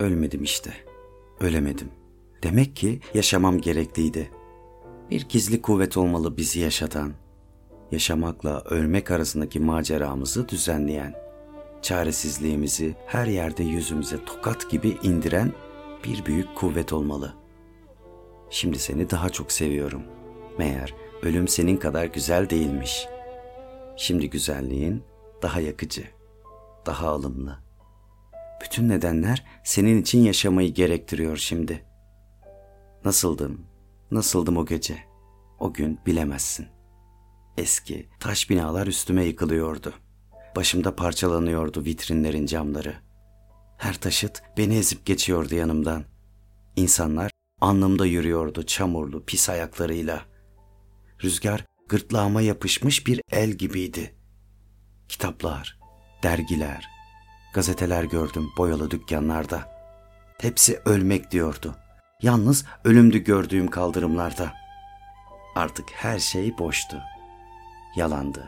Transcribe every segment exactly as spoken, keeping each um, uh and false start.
Ölmedim işte. Ölemedim. Demek ki yaşamam gerekliydi. Bir gizli kuvvet olmalı bizi yaşatan, yaşamakla ölmek arasındaki maceramızı düzenleyen, çaresizliğimizi her yerde yüzümüze tokat gibi indiren bir büyük kuvvet olmalı. Şimdi seni daha çok seviyorum. Meğer ölüm senin kadar güzel değilmiş. Şimdi güzelliğin daha yakıcı, daha alımlı. Bütün nedenler senin için yaşamayı gerektiriyor şimdi. Nasıldım, nasıldım o gece? O gün bilemezsin. Eski taş binalar üstüme yıkılıyordu. Başımda parçalanıyordu vitrinlerin camları. Her taşıt beni ezip geçiyordu yanımdan. İnsanlar alnımda yürüyordu çamurlu pis ayaklarıyla. Rüzgar gırtlağıma yapışmış bir el gibiydi. Kitaplar, dergiler, gazeteler gördüm boyalı dükkanlarda. Hepsi ölmek diyordu. Yalnız ölümdü gördüğüm kaldırımlarda. Artık her şey boştu. Yalandı.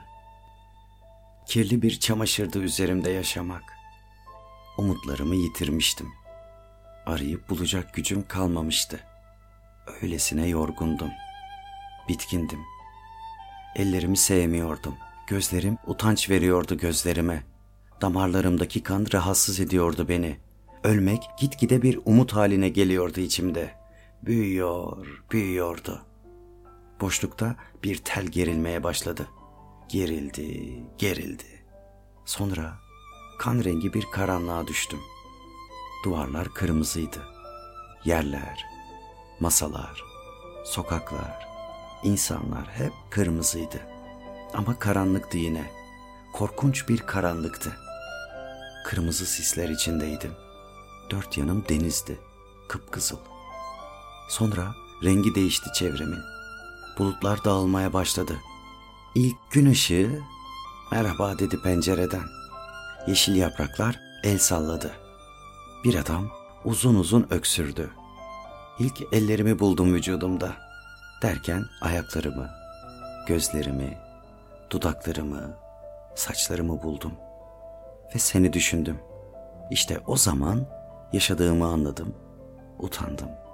Kirli bir çamaşırdı üzerimde yaşamak. Umutlarımı yitirmiştim. Arayıp bulacak gücüm kalmamıştı. Öylesine yorgundum. Bitkindim. Ellerimi sevmiyordum. Gözlerim utanç veriyordu gözlerime. Damarlarımdaki kan rahatsız ediyordu beni. Ölmek gitgide bir umut haline geliyordu içimde. Büyüyor, büyüyordu. Boşlukta bir tel gerilmeye başladı. Gerildi, gerildi. Sonra kan rengi bir karanlığa düştüm. Duvarlar kırmızıydı. Yerler, masalar, sokaklar, insanlar hep kırmızıydı. Ama karanlıktı yine. Korkunç bir karanlıktı. Kırmızı sisler içindeydim. Dört yanım denizdi, kıpkızıl. Sonra rengi değişti çevremin. Bulutlar dağılmaya başladı. İlk gün ışığı merhaba dedi pencereden. Yeşil yapraklar el salladı. Bir adam uzun uzun öksürdü. İlk ellerimi buldum vücudumda. Derken ayaklarımı, gözlerimi, dudaklarımı, saçlarımı buldum. Ve seni düşündüm. İşte o zaman yaşadığımı anladım, utandım.